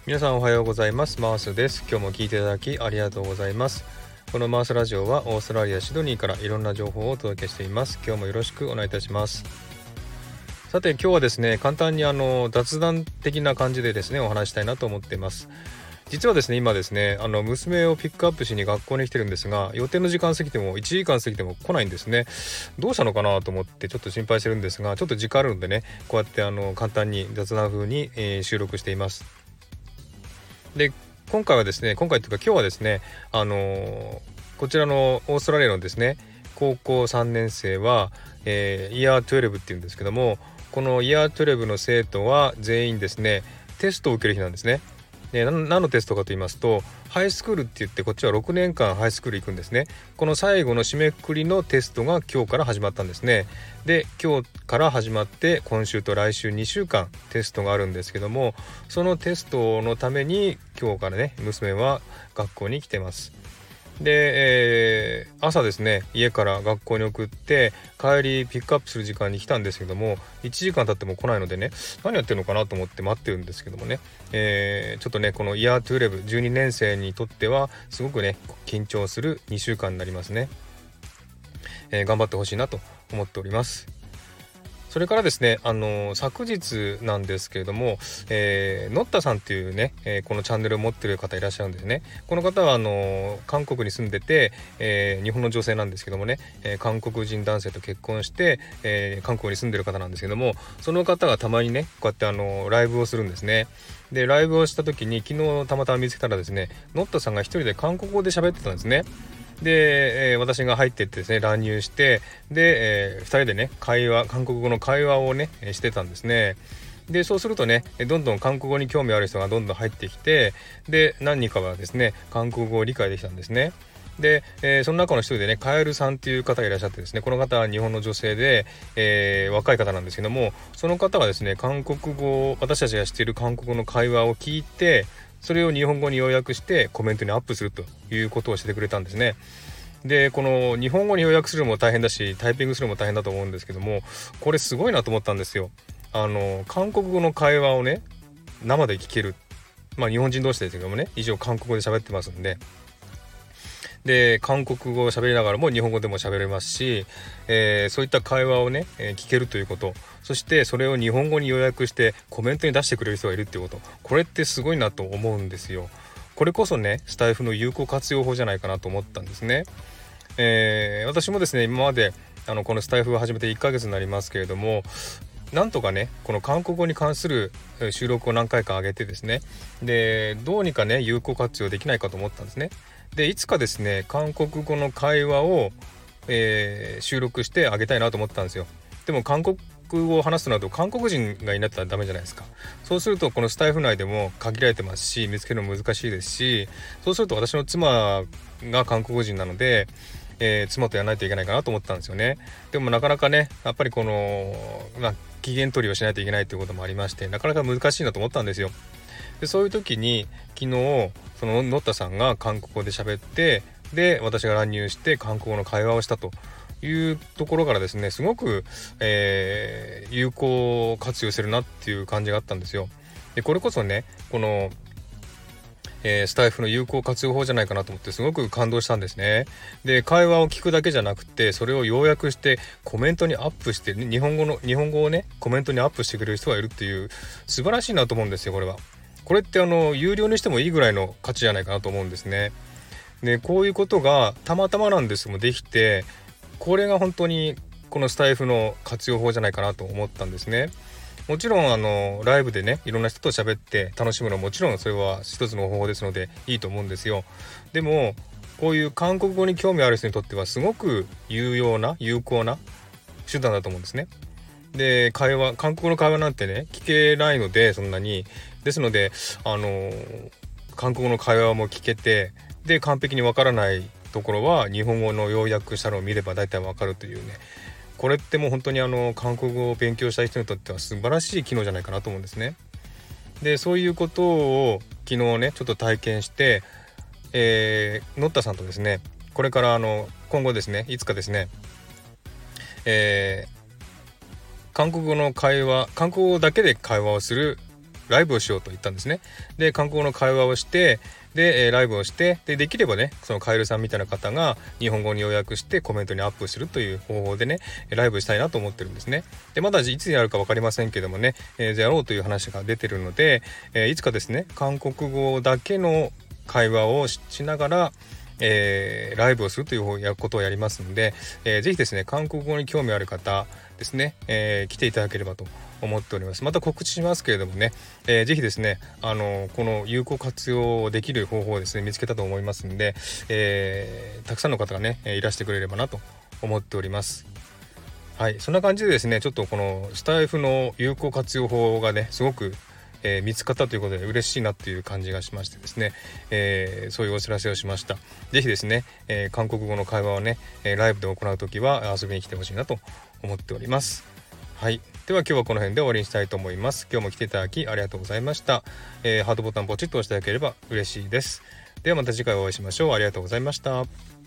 皆さんおはようございます。マースです。今日も聞いていただきありがとうございます。このマースラジオはオーストラリアシドニーからいろんな情報をお届けしています。今日もよろしくお願いいたします。さて今日はですね、簡単に雑談的な感じでですねお話したいなと思っています。実はですね今ですね娘をピックアップしに学校に来てるんですが、予定の時間過ぎても1時間過ぎても来ないんですね。どうしたのかなと思ってちょっと心配してるんですが、ちょっと時間あるのでね、こうやって簡単に雑談風に、収録しています。で今回というか今日はですねこちらのオーストラリアのですね高校3年生は、イヤー12っていうんですけども、このイヤー12の生徒は全員ですねテストを受ける日なんですね。で何のテストかと言いますと、ハイスクールって言って、こっちは6年間ハイスクール行くんですね。この最後の締めくくりのテストが今日から始まったんですね。で今日から始まって今週と来週2週間テストがあるんですけども、そのテストのために今日からね娘は学校に来てます。で、朝ですね家から学校に送って帰りピックアップする時間に来たんですけども、1時間経っても来ないのでね、何やってるのかなと思って待ってるんですけどもね、ちょっとねこのイヤー12、12年生にとってはすごくね緊張する2週間になりますね。頑張ってほしいなと思っております。それからですね昨日なんですけれども、ノッタさんっていうね、このチャンネルを持ってる方いらっしゃるんですね。この方は韓国に住んでて、日本の女性なんですけどもね、韓国人男性と結婚して、韓国に住んでる方なんですけども、その方がたまにねこうやってライブをするんですね。でライブをした時に昨日たまたま見つけたらですね、ノッタさんが一人で韓国語で喋ってたんですね。で、私が入ってってですね乱入して、で、2人でね韓国語の会話をねしてたんですね。でそうするとねどんどん韓国語に興味ある人がどんどん入ってきて、で何人かはですね韓国語を理解できたんですね。で、その中の一人でねカエルさんっていう方がいらっしゃってですね、この方は日本の女性で、若い方なんですけども、その方はですね韓国語、私たちが知っている韓国語の会話を聞いて、それを日本語に要約してコメントにアップするということをしてくれたんですね。でこの日本語に要約するのも大変だし、タイピングするのも大変だと思うんですけども、これすごいなと思ったんですよ。韓国語の会話をね生で聞ける、日本人同士ですけどもね、一応韓国語で喋ってますんで、で韓国語を喋りながらも日本語でも喋れますし、そういった会話をね、聞けるということ、そしてそれを日本語に要約してコメントに出してくれる人がいるっていうこと、これってすごいなと思うんですよ。これこそねスタイフの有効活用法じゃないかなと思ったんですね。私もですね今までこのスタイフを始めて1ヶ月になりますけれども、なんとかねこの韓国語に関する収録を何回か上げてですね、でどうにかね有効活用できないかと思ったんですね。でいつかですね韓国語の会話を、収録してあげたいなと思ったんですよ。でも韓国語を話すとなると韓国人がいなったらダメじゃないですか。そうするとこのスタイフ内でも限られてますし、見つけるの難しいですし、そうすると私の妻が韓国人なので、妻とやらないといけないかなと思ったんですよね。でもなかなかねやっぱりこの、期限取りをしないといけないということもありまして、なかなか難しいなと思ったんですよ。でそういう時に昨日そのノッタさんが韓国語で喋って、で私が乱入して韓国語の会話をしたというところからですね、すごく、有効活用するなっていう感じがあったんですよ。でこれこそねこのスタイフの有効活用法じゃないかなと思ってすごく感動したんですね。で会話を聞くだけじゃなくて、それを要約してコメントにアップして、日本語をねコメントにアップしてくれる人がいるっていう、素晴らしいなと思うんですよ。これって有料にしてもいいぐらいの価値じゃないかなと思うんですね。でこういうことがたまたまなんですもできて、これが本当にこのスタイフの活用法じゃないかなと思ったんですね。もちろんライブでねいろんな人と喋って楽しむのはもちろんそれは一つの方法ですのでいいと思うんですよ。でもこういう韓国語に興味ある人にとってはすごく有効な手段だと思うんですね。で韓国語の会話なんてね聞けないので、そんなにですので韓国語の会話も聞けて、で完璧にわからないところは日本語の要約したのを見れば大体わかるというね、これってもう本当に韓国語を勉強したい人にとっては素晴らしい機能じゃないかなと思うんですね。でそういうことを昨日ねちょっと体験して、ノッタさんとですねこれから今後ですねいつかですね、韓国語だけで会話をするライブをしようと言ったんですね。で韓国語の会話をしてでライブをしてできればねそのカエルさんみたいな方が日本語に要約してコメントにアップするという方法でねライブしたいなと思ってるんですね。でまだいつやるか分かりませんけどもね、やろうという話が出てるので、いつかですね韓国語だけの会話をしながらライブをするということをやりますので、ぜひですね韓国語に興味ある方ですね、来ていただければと思っております。また告知しますけれどもね、ぜひですねこの有効活用できる方法をですね見つけたと思いますので、たくさんの方がねいらしてくれればなと思っております。はい、そんな感じでですねちょっとこのスタイフの有効活用法がねすごく見つかったということで嬉しいなっていう感じがしましてですね、そういうお知らせをしました。ぜひですね、韓国語の会話をねライブで行うときは遊びに来てほしいなと思っております。はい、では今日はこの辺で終わりにしたいと思います。今日も来ていただきありがとうございました。ハートボタンポチッと押していただければ嬉しいです。ではまた次回お会いしましょう。ありがとうございました。